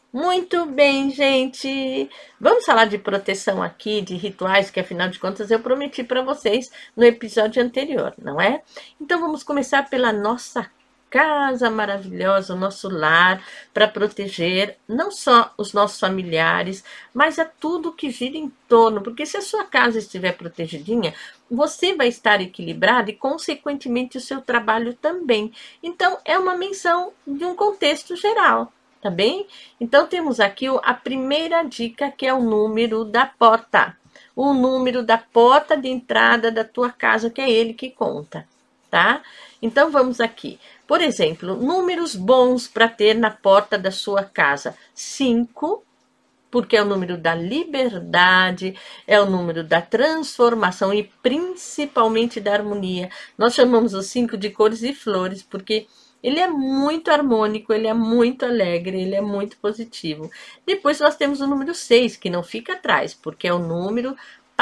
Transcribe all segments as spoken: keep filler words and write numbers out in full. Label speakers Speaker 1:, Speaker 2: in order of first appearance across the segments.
Speaker 1: Muito bem, gente. Vamos falar de proteção aqui, de rituais, que afinal de contas eu prometi para vocês no episódio anterior, não é? Então vamos começar pela nossa casa maravilhosa, o nosso lar, para proteger não só os nossos familiares, mas a tudo que gira em torno, porque se a sua casa estiver protegidinha, você vai estar equilibrado e, consequentemente, o seu trabalho também. Então, é uma menção de um contexto geral. Tá bem? Então, temos aqui a primeira dica, que é o número da porta. O número da porta de entrada da tua casa, que é ele que conta, tá? Então, vamos aqui. Por exemplo, números bons para ter na porta da sua casa. Cinco, porque é o número da liberdade, é o número da transformação e principalmente da harmonia. Nós chamamos os cinco de cores e flores, porque ele é muito harmônico, ele é muito alegre, ele é muito positivo. Depois nós temos o número seis, que não fica atrás, porque é o número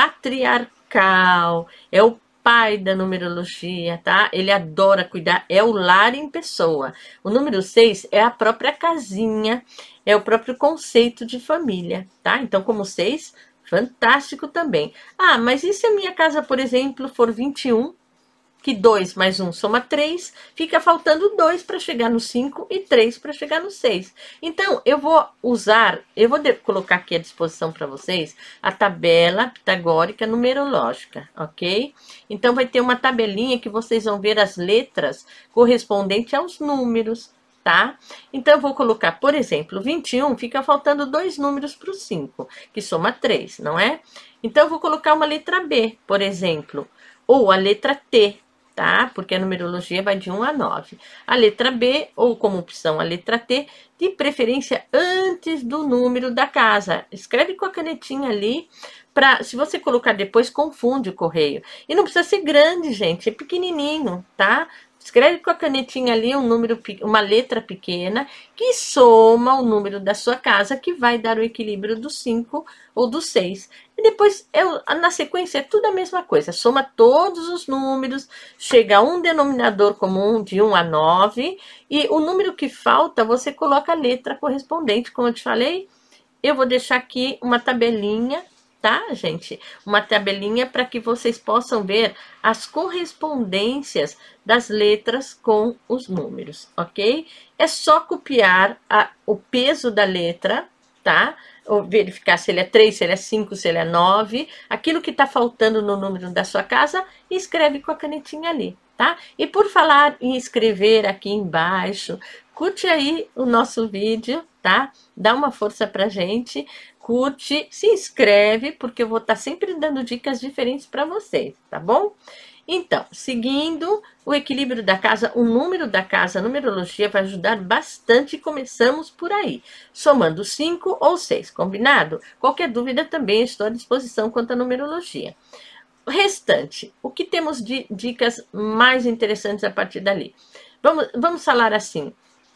Speaker 1: patriarcal, é o pai da numerologia, tá? Ele adora cuidar, é o lar em pessoa. O número seis é a própria casinha, é o próprio conceito de família, tá? Então, como seis, fantástico também. Ah, mas e se a minha casa, por exemplo, for vinte e um? Que dois mais um soma três, fica faltando dois para chegar no cinco e três para chegar no seis. Então, eu vou usar, eu vou colocar aqui à disposição para vocês a tabela pitagórica numerológica, ok? Então, vai ter uma tabelinha que vocês vão ver as letras correspondentes aos números, tá? Então, eu vou colocar, por exemplo, vinte e um, fica faltando dois números para o cinco, que soma três, não é? Então, eu vou colocar uma letra B, por exemplo, ou a letra T, tá? Porque a numerologia vai de um a nove. A letra B, ou como opção a letra T, de preferência antes do número da casa. Escreve com a canetinha ali, pra, se você colocar depois, confunde o correio. E não precisa ser grande, gente, é pequenininho, tá? Escreve com a canetinha ali um número, uma letra pequena que soma o número da sua casa, que vai dar o equilíbrio do cinco ou do seis. E depois, eu, na sequência, é tudo a mesma coisa. Soma todos os números, chega a um denominador comum de um a nove, e o número que falta, você coloca a letra correspondente, como eu te falei. Eu vou deixar aqui uma tabelinha, tá, gente? Uma tabelinha para que vocês possam ver as correspondências das letras com os números, ok? É só copiar a, o peso da letra, tá? Ou verificar se ele é três, se ele é cinco, se ele é nove, aquilo que está faltando no número da sua casa, e escreve com a canetinha ali, tá? E por falar em escrever aqui embaixo, curte aí o nosso vídeo, tá? Dá uma força pra gente, curte, se inscreve, porque eu vou estar sempre dando dicas diferentes para vocês, tá bom? Então, seguindo o equilíbrio da casa, o número da casa, a numerologia vai ajudar bastante e começamos por aí, somando cinco ou seis, combinado? Qualquer dúvida também estou à disposição quanto à numerologia. O restante, o que temos de dicas mais interessantes a partir dali? Vamos, vamos falar assim,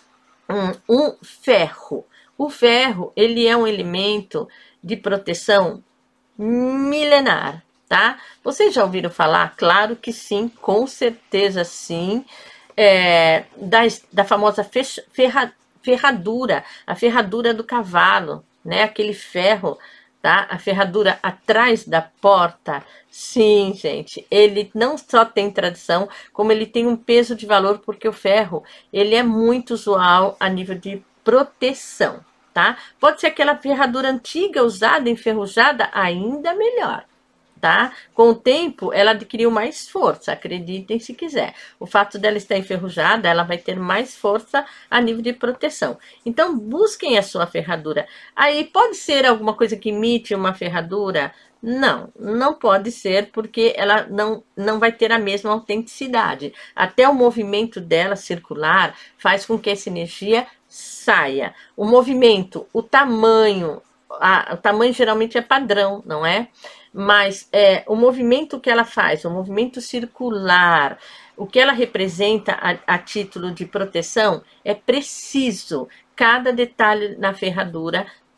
Speaker 1: um, um ferro. O ferro, ele é um elemento de proteção milenar, tá? Vocês já ouviram falar? Claro que sim, com certeza sim, é, da, da famosa fecha, ferra, ferradura, a ferradura do cavalo, né? Aquele ferro, tá? A ferradura atrás da porta. Sim, gente, ele não só tem tradição, como ele tem um peso de valor, porque o ferro, ele é muito usual a nível de proteção, tá? Pode ser aquela ferradura antiga, usada, enferrujada, ainda melhor, tá? Com o tempo, ela adquiriu mais força, acreditem se quiser. O fato dela estar enferrujada, ela vai ter mais força a nível de proteção. Então, busquem a sua ferradura. Aí, pode ser alguma coisa que imite uma ferradura? Não, não pode ser, porque ela não, não vai ter a mesma autenticidade. Até o movimento dela circular faz com que essa energia saia. O movimento, o tamanho, a, o tamanho geralmente é padrão, não é? Mas é, o movimento que ela faz, o movimento circular, o que ela representa a, a título de proteção, é preciso. Cada detalhe na ferradura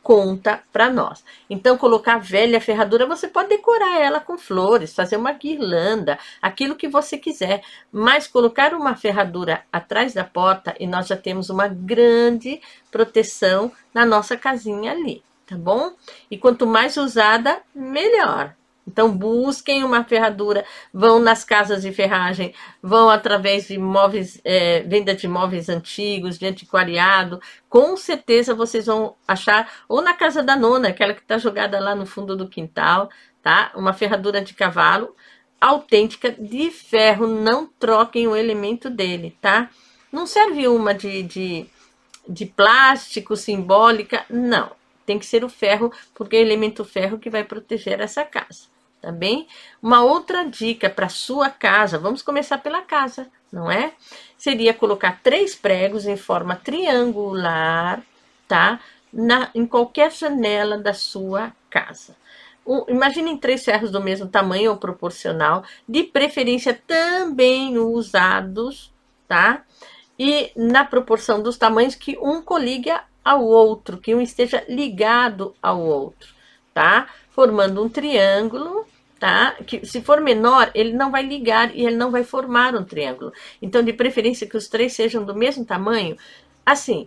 Speaker 1: conta para nós. Então, colocar a velha ferradura, você pode decorar ela com flores, fazer uma guirlanda, aquilo que você quiser. Mas colocar uma ferradura atrás da porta e nós já temos uma grande proteção na nossa casinha ali, tá bom? E quanto mais usada, melhor. Então, busquem uma ferradura, vão nas casas de ferragem, vão através de móveis, é, venda de móveis antigos, de antiquariado. Com certeza vocês vão achar, ou na casa da nona, aquela que está jogada lá no fundo do quintal, tá? Uma ferradura de cavalo autêntica de ferro, não troquem o elemento dele, tá? Não serve uma de, de, de plástico simbólica, não. Tem que ser o ferro, porque é o elemento ferro que vai proteger essa casa. Tá bem? Uma outra dica para sua casa, vamos começar pela casa, não é? Seria colocar três pregos em forma triangular, tá? Na, em qualquer janela da sua casa. Um, imaginem três ferros do mesmo tamanho ou proporcional, de preferência também usados, tá? E na proporção dos tamanhos que um coliga ao outro, que um esteja ligado ao outro, tá? Formando um triângulo. Tá? Que se for menor, ele não vai ligar e ele não vai formar um triângulo. Então, de preferência que os três sejam do mesmo tamanho, assim,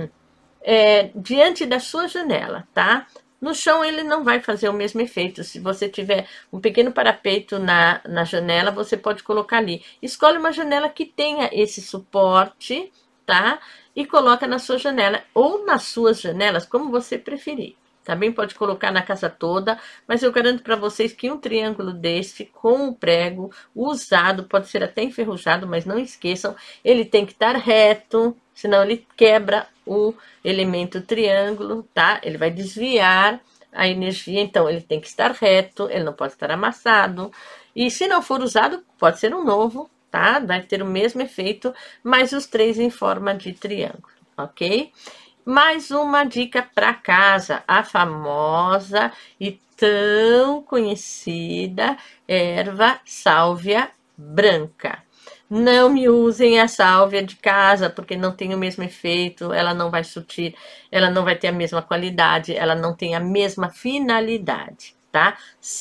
Speaker 1: é, diante da sua janela, tá? No chão ele não vai fazer o mesmo efeito. Se você tiver um pequeno parapeito na, na janela, você pode colocar ali. Escolhe uma janela que tenha esse suporte, tá? E coloca na sua janela ou nas suas janelas, como você preferir. Também pode colocar na casa toda, mas eu garanto para vocês que um triângulo desse, com o prego usado, pode ser até enferrujado, mas não esqueçam, ele tem que estar reto, senão ele quebra o elemento triângulo, tá? Ele vai desviar a energia, então ele tem que estar reto, ele não pode estar amassado. E se não for usado, pode ser um novo, tá? Vai ter o mesmo efeito, mas os três em forma de triângulo, ok? Mais uma dica para casa, a famosa e tão conhecida erva sálvia branca. Não me usem a sálvia de casa, porque não tem o mesmo efeito, ela não vai surtir, ela não vai ter a mesma qualidade, ela não tem a mesma finalidade, tá?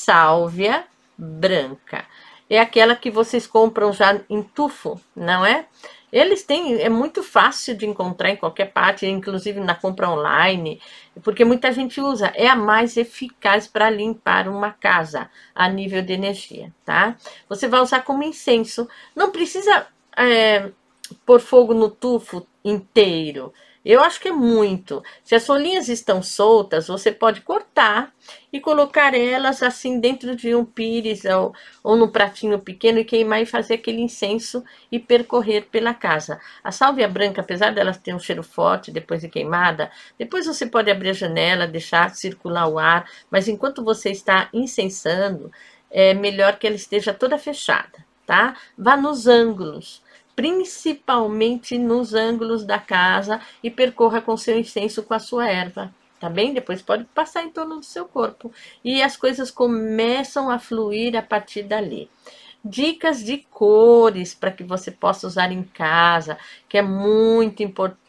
Speaker 1: Sálvia branca. É aquela que vocês compram já em tufo, não é? Eles têm, é muito fácil de encontrar em qualquer parte, inclusive na compra online, porque muita gente usa. É a mais eficaz para limpar uma casa a nível de energia, tá? Você vai usar como incenso. Não precisa é, pôr fogo no tufo inteiro. Eu acho que é muito. Se as folhinhas estão soltas, você pode cortar e colocar elas assim dentro de um pires ou, ou num pratinho pequeno e queimar e fazer aquele incenso e percorrer pela casa. A sálvia branca, apesar dela ter um cheiro forte depois de queimada, depois você pode abrir a janela, deixar circular o ar, mas enquanto você está incensando, é melhor que ela esteja toda fechada, tá? Vá nos ângulos. Principalmente nos ângulos da casa e percorra com seu incenso com a sua erva, tá bem? Depois pode passar em torno do seu corpo e as coisas começam a fluir a partir dali. Dicas de cores para que você possa usar em casa, que é muito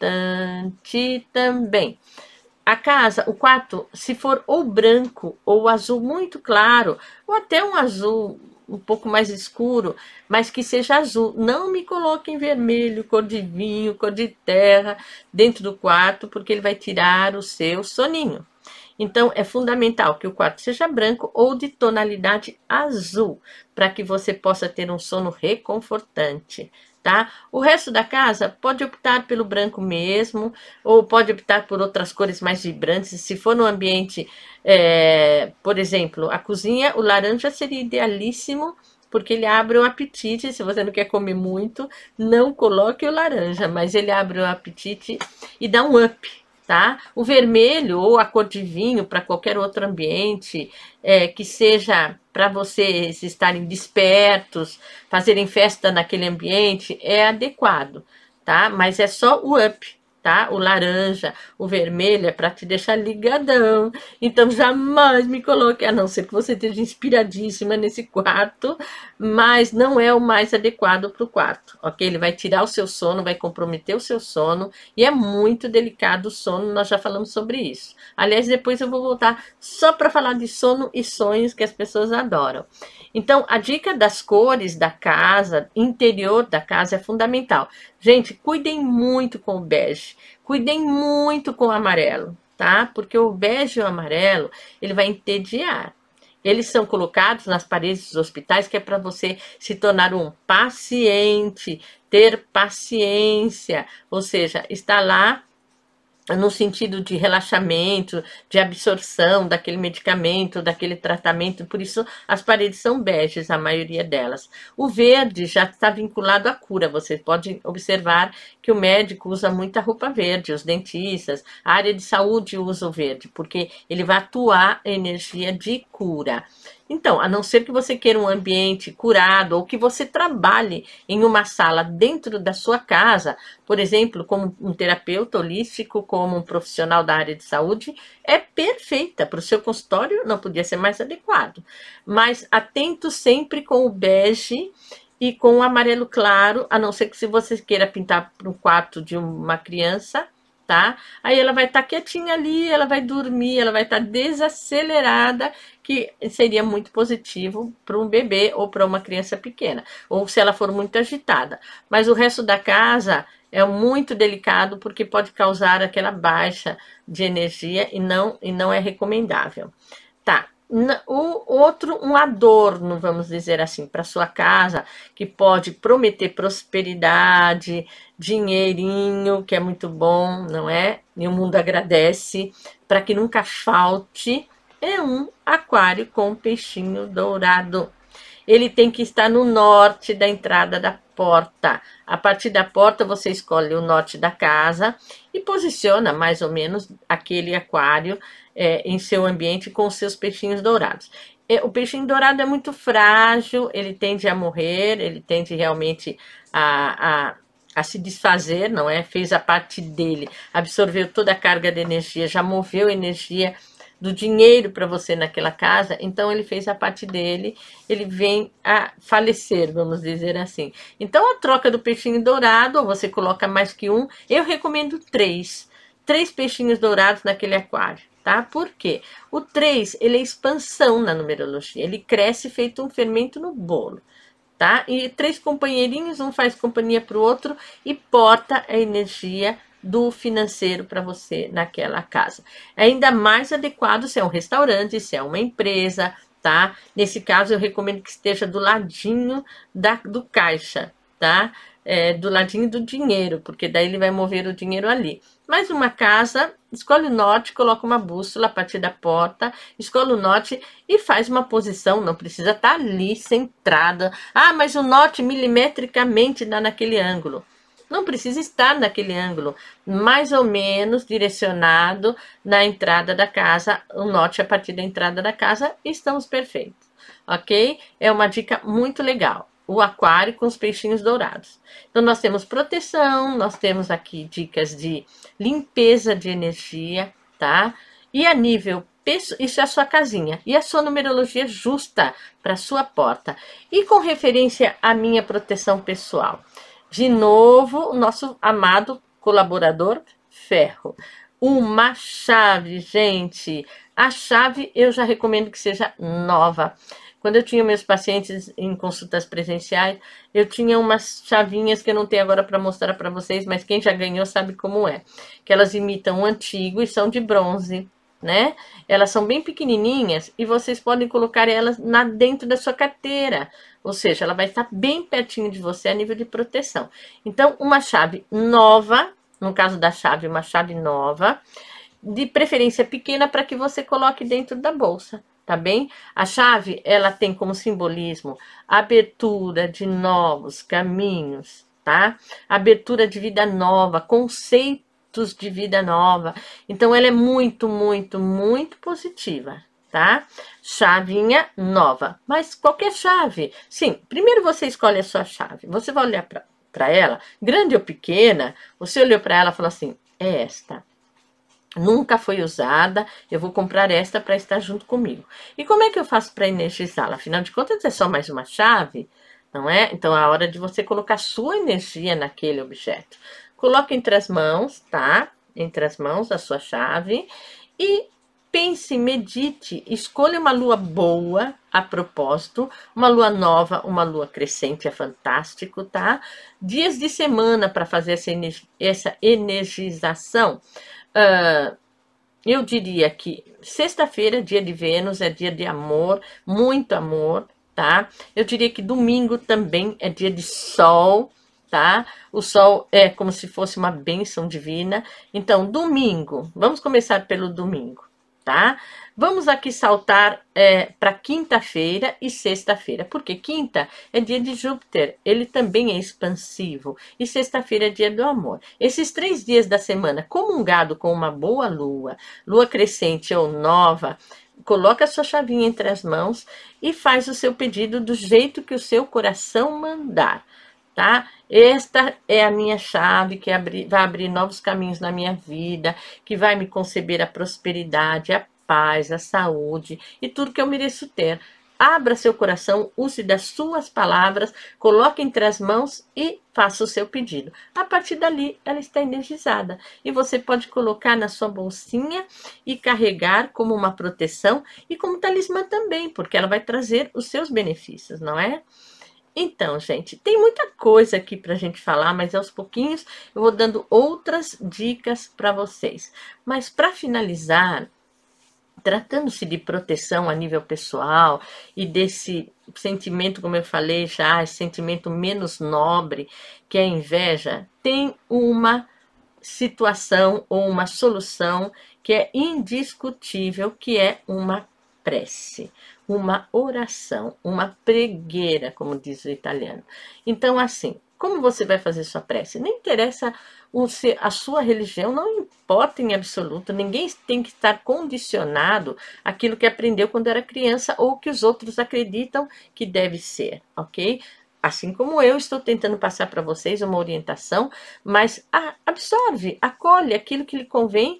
Speaker 1: importante também. A casa, o quarto, se for ou branco ou azul muito claro, ou até um azul um pouco mais escuro, mas que seja azul. Não me coloque em vermelho, cor de vinho, cor de terra dentro do quarto, porque ele vai tirar o seu soninho. Então, é fundamental que o quarto seja branco ou de tonalidade azul, para que você possa ter um sono reconfortante, tá? O resto da casa pode optar pelo branco mesmo, ou pode optar por outras cores mais vibrantes. Se for no ambiente, é, por exemplo, a cozinha, o laranja seria idealíssimo, porque ele abre o apetite. Se você não quer comer muito, não coloque o laranja, mas ele abre o apetite e dá um up, tá? O vermelho ou a cor de vinho para qualquer outro ambiente, é, que seja para vocês estarem despertos, fazerem festa naquele ambiente, é adequado, tá? Mas é só o up, tá? O laranja, o vermelho é para te deixar ligadão. Então jamais me coloque, a não ser que você esteja inspiradíssima nesse quarto, mas não é o mais adequado para o quarto, ok? Ele vai tirar o seu sono, vai comprometer o seu sono e é muito delicado o sono, nós já falamos sobre isso. Aliás, depois eu vou voltar só para falar de sono e sonhos que as pessoas adoram. Então, a dica das cores da casa, interior da casa é fundamental. Gente, cuidem muito com o bege, cuidem muito com o amarelo, tá? Porque o bege e o amarelo, ele vai entediar. Eles são colocados nas paredes dos hospitais, que é para você se tornar um paciente, ter paciência, ou seja, estar lá no sentido de relaxamento, de absorção daquele medicamento, daquele tratamento, por isso as paredes são beges, a maioria delas. O verde já está vinculado à cura, você pode observar que o médico usa muita roupa verde, os dentistas, a área de saúde usa o verde, porque ele vai atuar energia de cura. Então, a não ser que você queira um ambiente curado ou que você trabalhe em uma sala dentro da sua casa, por exemplo, como um terapeuta holístico, como um profissional da área de saúde, é perfeita. Para o seu consultório não podia ser mais adequado. Mas atento sempre com o bege e com o amarelo claro, a não ser que se você queira pintar para o quarto de uma criança, tá? Aí ela vai estar tá quietinha ali, ela vai dormir, ela vai estar tá desacelerada, que seria muito positivo para um bebê ou para uma criança pequena, ou se ela for muito agitada. Mas o resto da casa é muito delicado porque pode causar aquela baixa de energia e não, e não é recomendável. Tá. O outro, um adorno, vamos dizer assim, para sua casa, que pode prometer prosperidade, dinheirinho, que é muito bom, não é? E o mundo agradece, para que nunca falte, é um aquário com peixinho dourado. Ele tem que estar no norte da entrada da porta. A partir da porta, você escolhe o norte da casa e posiciona mais ou menos aquele aquário é, em seu ambiente com os seus peixinhos dourados. O peixinho dourado é muito frágil, ele tende a morrer, ele tende realmente a, a, a se desfazer, não é? Fez a parte dele, absorveu toda a carga de energia, já moveu energia do dinheiro para você naquela casa, então ele fez a parte dele, ele vem a falecer, vamos dizer assim. Então a troca do peixinho dourado, ou você coloca mais que um, eu recomendo três, três peixinhos dourados naquele aquário, tá? Por quê? O três, ele é expansão na numerologia, ele cresce feito um fermento no bolo, tá? E três companheirinhos, um faz companhia para o outro e porta a energia do financeiro para você naquela casa. É ainda mais adequado se é um restaurante, se é uma empresa, tá? Nesse caso, eu recomendo que esteja do ladinho da, do caixa, tá? É, do ladinho do dinheiro, porque daí ele vai mover o dinheiro ali. Mas uma casa, escolhe o norte, coloca uma bússola a partir da porta, escolhe o norte e faz uma posição, não precisa estar ali centrada. Ah, mas o norte milimetricamente dá naquele ângulo. Não precisa estar naquele ângulo, mais ou menos direcionado na entrada da casa, o norte a partir da entrada da casa, estamos perfeitos, ok? É uma dica muito legal, o aquário com os peixinhos dourados. Então, nós temos proteção, nós temos aqui dicas de limpeza de energia, tá? E a nível, isso é a sua casinha, e a sua numerologia justa para a sua porta. E com referência à minha proteção pessoal, de novo, o nosso amado colaborador Ferro. Uma chave, gente. A chave eu já recomendo que seja nova. Quando eu tinha meus pacientes em consultas presenciais, eu tinha umas chavinhas que eu não tenho agora para mostrar para vocês, mas quem já ganhou sabe como é. Que elas imitam o antigo e são de bronze, né? Elas são bem pequenininhas e vocês podem colocar elas na, dentro da sua carteira. Ou seja, ela vai estar bem pertinho de você a nível de proteção. Então, uma chave nova, no caso da chave, uma chave nova, de preferência pequena para que você coloque dentro da bolsa, tá bem? A chave, ela tem como simbolismo abertura de novos caminhos, tá? Abertura de vida nova, conceitos de vida nova. Então, ela é muito, muito, muito positiva, tá? Chavinha nova, mas qualquer chave. Sim, primeiro você escolhe a sua chave. Você vai olhar para ela, grande ou pequena, você olhou para ela e falou assim, é esta. Nunca foi usada, eu vou comprar esta para estar junto comigo. E como é que eu faço para energizá-la? Afinal de contas, é só mais uma chave, não é? Então, é a hora de você colocar sua energia naquele objeto. Coloque entre as mãos, tá? Entre as mãos a sua chave e pense, medite, escolha uma lua boa, a propósito, uma lua nova, uma lua crescente, é fantástico, tá? Dias de semana para fazer essa, essa energização. Uh, eu diria que sexta-feira, dia de Vênus, é dia de amor, muito amor, tá? Eu diria que domingo também é dia de sol, tá? O sol é como se fosse uma bênção divina. Então, domingo, vamos começar pelo domingo, tá? Vamos aqui saltar é, para quinta-feira e sexta-feira, porque quinta é dia de Júpiter, ele também é expansivo, e sexta-feira é dia do amor. Esses três dias da semana, comungado com uma boa lua, lua crescente ou nova, coloca a sua chavinha entre as mãos e faz o seu pedido do jeito que o seu coração mandar. Tá? Esta é a minha chave que abri, vai abrir novos caminhos na minha vida, que vai me conceber a prosperidade, a paz, a saúde e tudo que eu mereço ter. Abra seu coração, use das suas palavras, coloque entre as mãos e faça o seu pedido. A partir dali, ela está energizada. E você pode colocar na sua bolsinha e carregar como uma proteção e como talismã também, porque ela vai trazer os seus benefícios, não é? Então, gente, tem muita coisa aqui pra gente falar, mas aos pouquinhos eu vou dando outras dicas para vocês. Mas para finalizar, tratando-se de proteção a nível pessoal e desse sentimento, como eu falei já, esse sentimento menos nobre, que é a inveja, tem uma situação ou uma solução que é indiscutível, que é uma prece, uma oração, uma pregueira, como diz o italiano. Então, assim, como você vai fazer sua prece? Não interessa a sua religião, não importa em absoluto, ninguém tem que estar condicionado àquilo que aprendeu quando era criança ou que os outros acreditam que deve ser, ok? Assim como eu estou tentando passar para vocês uma orientação, mas absorve, acolhe aquilo que lhe convém,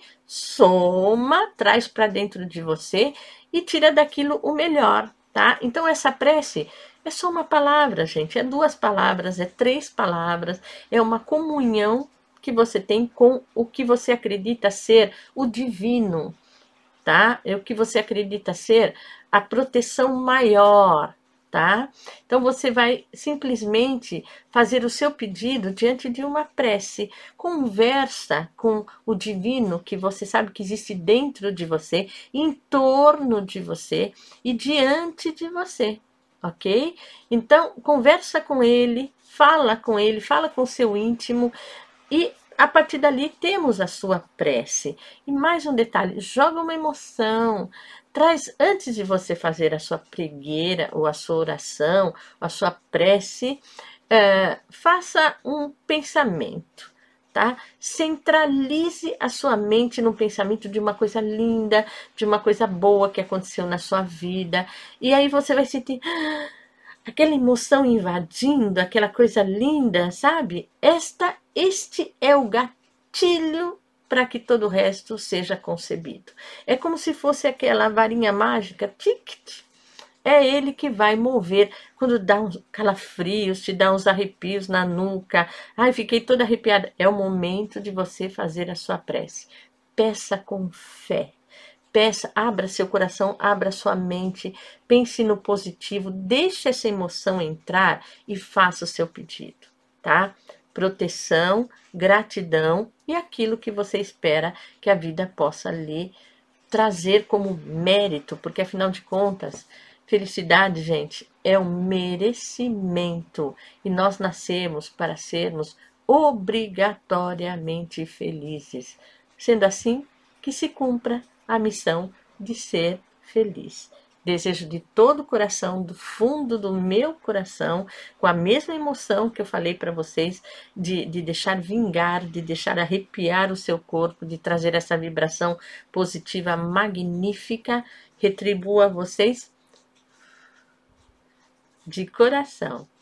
Speaker 1: soma, traz para dentro de você e tira daquilo o melhor, tá? Então essa prece é só uma palavra, gente, é duas palavras, é três palavras, é uma comunhão que você tem com o que você acredita ser o divino, tá? É o que você acredita ser a proteção maior, tá? Então você vai simplesmente fazer o seu pedido diante de uma prece, conversa com o divino que você sabe que existe dentro de você, em torno de você e diante de você, ok? Então conversa com ele, fala com ele, fala com o seu íntimo e a partir dali temos a sua prece. E mais um detalhe, joga uma emoção, traz, antes de você fazer a sua pregueira, ou a sua oração, a sua prece, é, faça um pensamento, tá? Centralize a sua mente no pensamento de uma coisa linda, de uma coisa boa que aconteceu na sua vida, e aí você vai sentir aquela emoção invadindo, aquela coisa linda, sabe? Esta, este é o gatilho para que todo o resto seja concebido. É como se fosse aquela varinha mágica, tic, é ele que vai mover, quando dá uns calafrios, te dá uns arrepios na nuca, ai, fiquei toda arrepiada, é o momento de você fazer a sua prece. Peça com fé. Peça, abra seu coração, abra sua mente, pense no positivo, deixe essa emoção entrar e faça o seu pedido, tá? Proteção, gratidão e aquilo que você espera que a vida possa lhe trazer como mérito, porque afinal de contas, felicidade, gente, é um merecimento e nós nascemos para sermos obrigatoriamente felizes. Sendo assim, que se cumpra a missão de ser feliz. Desejo de todo o coração, do fundo do meu coração, com a mesma emoção que eu falei para vocês, de, de deixar vingar, de deixar arrepiar o seu corpo, de trazer essa vibração positiva magnífica, retribuo a vocês de coração.